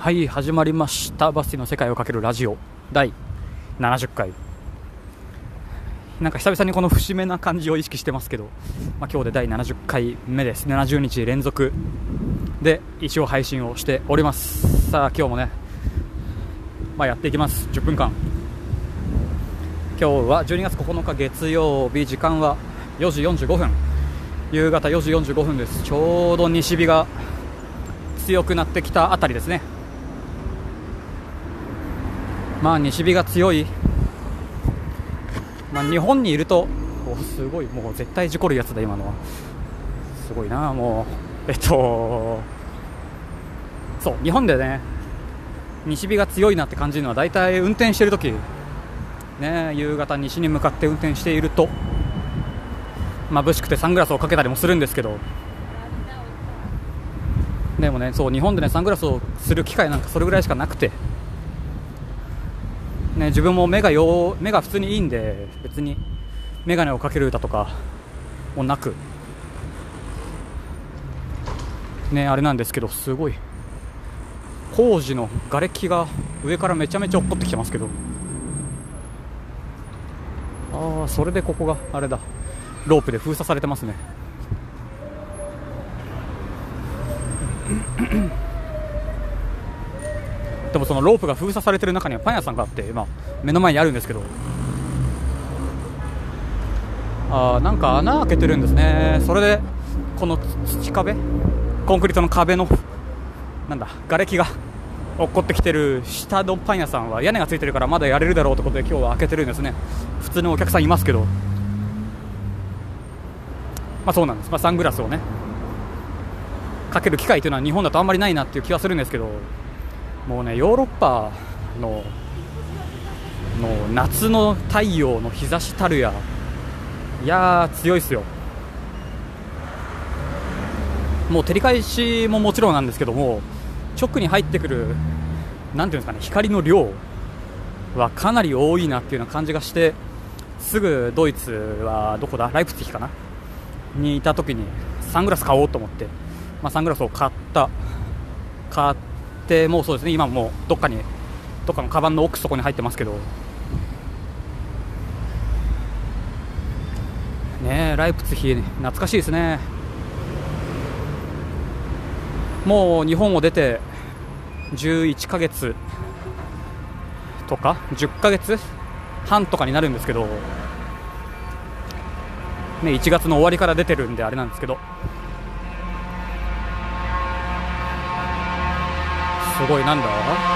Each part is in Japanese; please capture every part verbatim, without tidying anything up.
はい、始まりました。バスティの世界をかけるラジオだいななじゅっかい。なんか久々にこの節目な感じを意識してますけど、まあ、今日でだいななじゅっかいめです。ななじゅうにち連続で一応配信をしております。さあ今日もね、まあ、やっていきます。じゅっぷんかん。今日はじゅうにがつここのか月曜日、時間はよじよんじゅうごふん、夕方よじよんじゅうごふんです。ちょうど西日が強くなってきたあたりですね。まあ西日が強い、まあ、日本にいるとおすごい、もう絶対事故るやつだ今のは。すごいな。もうえっとそう日本でね、西日が強いなって感じるのはだいたい運転してるときね、夕方西に向かって運転していると眩しくてサングラスをかけたりもするんですけど、でもね、そう日本でねサングラスをする機会なんかそれぐらいしかなくてね、自分も目がよ目が普通にいいんで、別に眼鏡をかけるだとかもなくね、あれなんですけど、すごい工事の瓦礫が上からめちゃめちゃ落っこってきてますけど、ああ、それでここがあれだ、ロープで封鎖されてますね。でもそのロープが封鎖されてる中にはパン屋さんがあって、まあ、目の前にあるんですけど、あーなんか穴開けてるんですね。それでこの土壁、コンクリートの壁のなんだ瓦礫が落っこってきてる下のパン屋さんは屋根がついてるからまだやれるだろうということで今日は開けてるんですね。普通のお客さんいますけど、まあそうなんです。まあ、サングラスをねかける機会というのは日本だとあんまりないなっていう気はするんですけど、もうね、ヨーロッパ の, の夏の太陽の日差したるや、いやー強いっすよ。もう照り返しももちろんなんですけども、直に入ってくるなんていうんですかね、光の量はかなり多いなっていうような感じがして、すぐドイツはどこだ、ライプツィヒかなにいた時にサングラス買おうと思って、まあ、サングラスを買った買ってもうそうですね、今もうどっかにどっかのカバンの奥底に入ってますけどねえ、ライプツィヒ懐かしいですね。もう日本を出てじゅういっかげつとかじゅっかげつはんとかになるんですけど、ね、いちがつの終わりから出てるんであれなんですけど、すごい、なんだ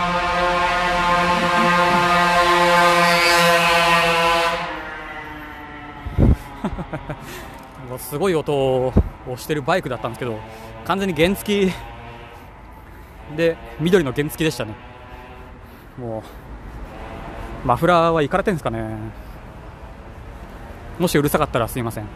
すごい音をしてるバイクだったんですけど、完全に原付で緑の原付でしたね。もうマフラーはイカれてんですかね。もしうるさかったらすいません。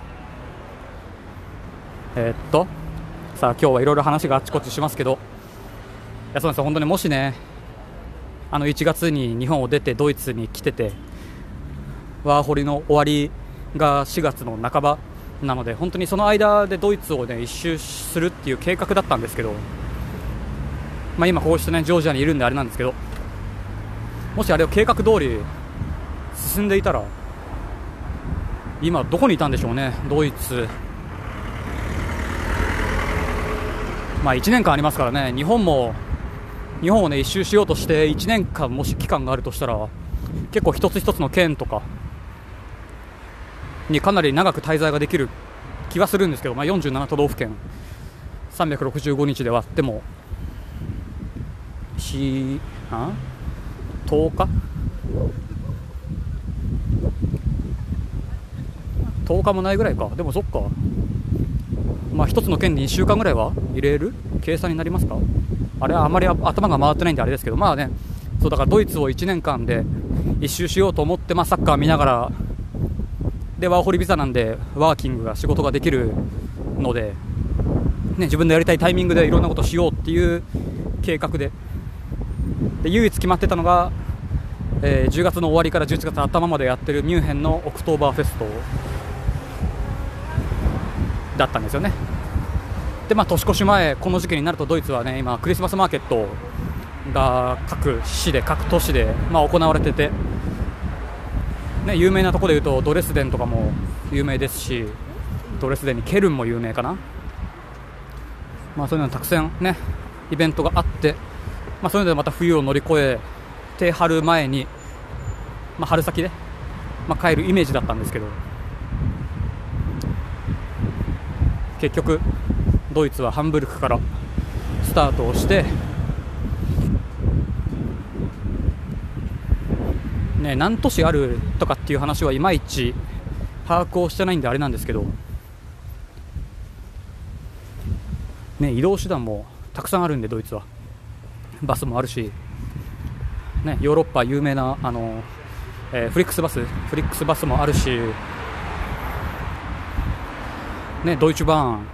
えー、っとさあ今日はいろいろ話があっちこっちしますけど、いやそうなんですよ、本当にもしね、あのいちがつに日本を出てドイツに来てて、ワーホリの終わりがしがつの半ばなので、本当にその間でドイツをね一周するっていう計画だったんですけど、まあ、今こうしてねジョージアにいるんであれなんですけど、もしあれを計画通り進んでいたら今どこにいたんでしょうね。ドイツ、まあいちねんかんありますからね。日本も日本をね一周しようとしていちねんかんもし期間があるとしたら、結構一つ一つの県とかにかなり長く滞在ができる気がするんですけど、まあ、よんじゅうななとどうふけんさんびゃくろくじゅうごにちで割ってもしあとおかとおかもないぐらいか。でもそっか、まあ一つの県にいっしゅうかんぐらいは入れる計算になりますか。あれはあまり頭が回ってないんであれですけど、まあね、そうだからドイツをいちねんかんで一周しようと思って、まあ、サッカー見ながらで、ワーホリビザなんでワーキングが仕事ができるので、ね、自分のやりたいタイミングでいろんなことをしようっていう計画で、で唯一決まってたのが、えー、じゅうがつの終わりからじゅういちがつ頭までやってるミュンヘンのオクトーバーフェストだったんですよね。で、まあ、年越し前この時期になるとドイツはね今クリスマスマーケットが各市で各都市で、まあ、行われてて、ね、有名なところでいうとドレスデンとかも有名ですし、ドレスデンにケルンも有名かな、まあ、そういうのたくさんねイベントがあって、まあ、そういうのでまた冬を乗り越えて春前に、まあ、春先で、まあ、帰るイメージだったんですけど、結局ドイツはハンブルクからスタートをして、ね、何都市あるとかっていう話はいまいち把握をしてないんであれなんですけど、ね、移動手段もたくさんあるんで、ドイツはバスもあるし、ね、ヨーロッパ有名なあの、えー、フリックスバスフリックスバスもあるし、ね、ドイツバーン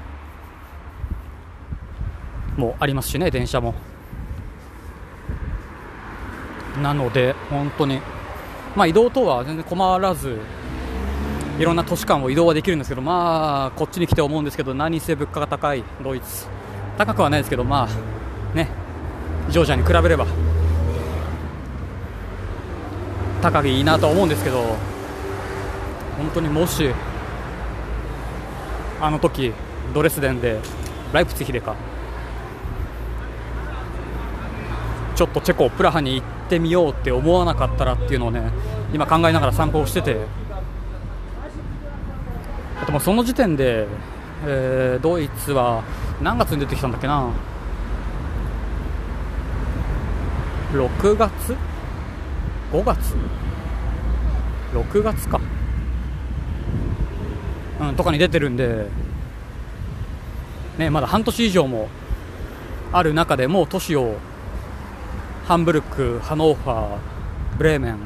もありますしね、電車も。なので本当に、まあ、移動等は全然困らずいろんな都市間を移動はできるんですけど、まあこっちに来て思うんですけど、何せ物価が高いドイツ、高くはないですけど、まあね、ジョージアに比べれば高いいいなと思うんですけど、本当にもしあの時ドレスデンでライプツィヒでかちょっとチェコプラハに行ってみようって思わなかったらっていうのをね、今考えながら参考してて、あともうその時点で、えー、ドイツは何月に出てきたんだっけな、ろくがつごがつろくがつか、うん、とかに出てるんで、ね、まだ半年以上もある中でもう都市をハンブルク、ハノーファー、ブレーメン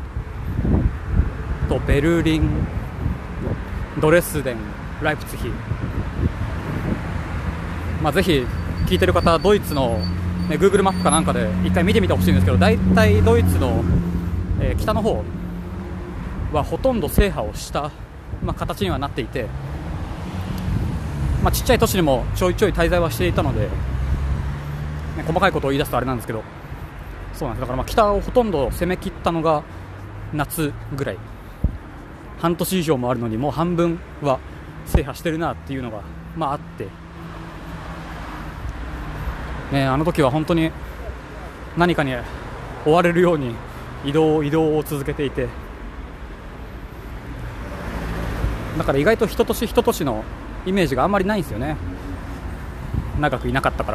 とベルリン、ドレスデン、ライプツィヒ、まあ、ぜひ聞いてる方はドイツの、ね、Google マップかなんかで一回見てみてほしいんですけど、だいたいドイツの、えー、北の方はほとんど制覇をした、まあ、形にはなっていて、まあ、ちっちゃい都市にもちょいちょい滞在はしていたので、ね、細かいことを言い出すとあれなんですけど、そうなんです。だからまあ北をほとんど攻め切ったのが夏ぐらい、半年以上もあるのにもう半分は制覇してるなっていうのが、まあ、あって、ね、あの時は本当に何かに追われるように移動移動を続けていて、だから意外と一都市一都市のイメージがあんまりないんですよね、長くいなかったから。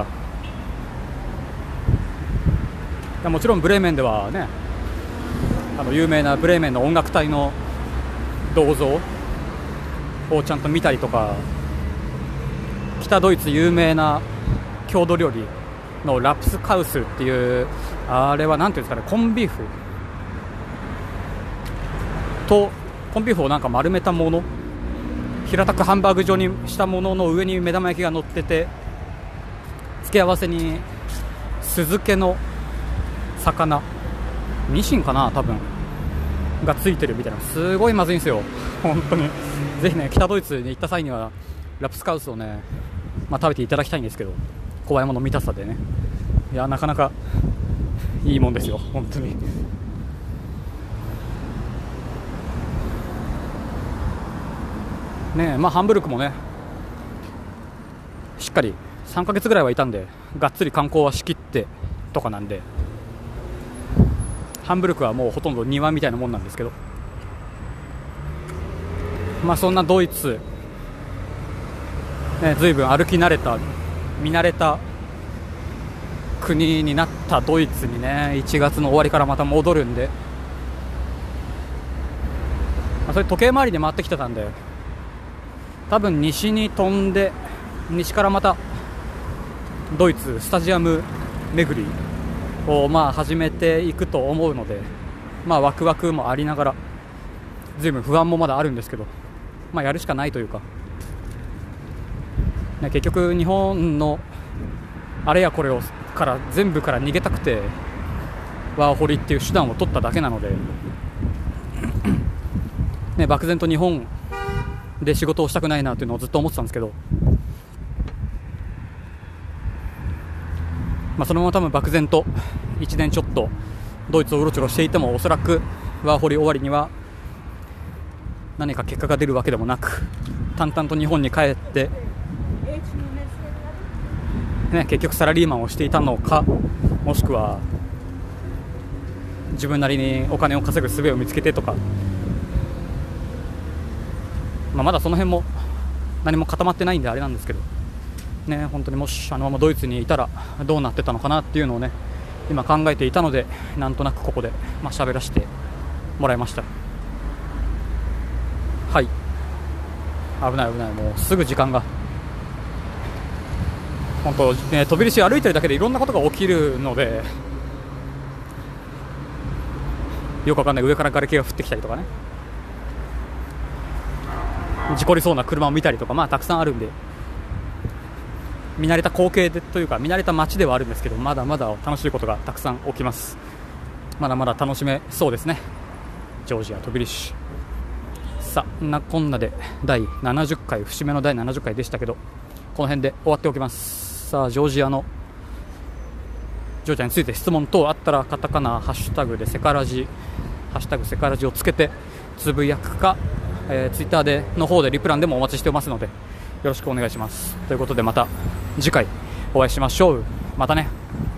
もちろんブレーメンではね、あの有名なブレーメンの音楽隊の銅像をちゃんと見たりとか、北ドイツ有名な郷土料理のラプスカウスっていう、あれはなんていうんですかね、コンビーフとコンビーフをなんか丸めたもの、平たくハンバーグ状にしたものの上に目玉焼きが乗ってて、付け合わせに酢漬けの魚、ニシンかな多分がついてるみたいな、すごいまずいんですよ本当に。ぜひね、北ドイツに行った際にはラプスカウスをね、まあ、食べていただきたいんですけど、怖いもの見たさでね、いやなかなかいいもんですよ本当に。ねえ、まあハンブルクもねしっかりさんかげつぐらいはいたんで、がっつり観光はしきってとかなんで、ハンブルクはもうほとんど庭みたいなもんなんですけど、まあそんなドイツ、ね、ずいぶん歩き慣れた見慣れた国になったドイツにね、いちがつの終わりからまた戻るんで、まあ、それ時計回りで回ってきてたんで、多分西に飛んで西からまたドイツスタジアム巡りをまあ始めていくと思うので、まあワクワクもありながら随分不安もまだあるんですけど、まあやるしかないというか、ね、結局日本のあれやこれをから全部から逃げたくてワーホリっていう手段を取っただけなのでね、漠然と日本で仕事をしたくないなというのをずっと思ってたんですけど、 まあ、そのまま多分漠然といちねんちょっとドイツをうろちょろしていても、おそらくワーホリ終わりには何か結果が出るわけでもなく、淡々と日本に帰って、ね、結局サラリーマンをしていたのか、もしくは自分なりにお金を稼ぐ術を見つけてとか、まあ、まだその辺も何も固まってないんであれなんですけどね、本当にもしあのままドイツにいたらどうなってたのかなっていうのをね、今考えていたので、なんとなくここでまあ喋らせてもらいました。はい、危ない危ない、もうすぐ時間が、本当、ね、飛び出し歩いてるだけでいろんなことが起きるので、よくわかんない上から瓦礫が降ってきたりとかね、事故りそうな車を見たりとか、まあたくさんあるんで、見慣れた光景でというか見慣れた街ではあるんですけど、まだまだ楽しいことがたくさん起きます。まだまだ楽しめそうですね、ジョージア・トビリシ。さあ、なこんなでだいななじゅっかい、節目のだいななじゅっかいでしたけど、この辺で終わっておきます。さあ、ジョージアのジョージアについて質問等あったら、カタカナハッシュタグでセカラジ、ハッシュタグセカラジをつけてつぶやくか、えー、ツイッターでの方でリプランでもお待ちしておりますので、よろしくお願いします。ということで、また次回お会いしましょう。またね。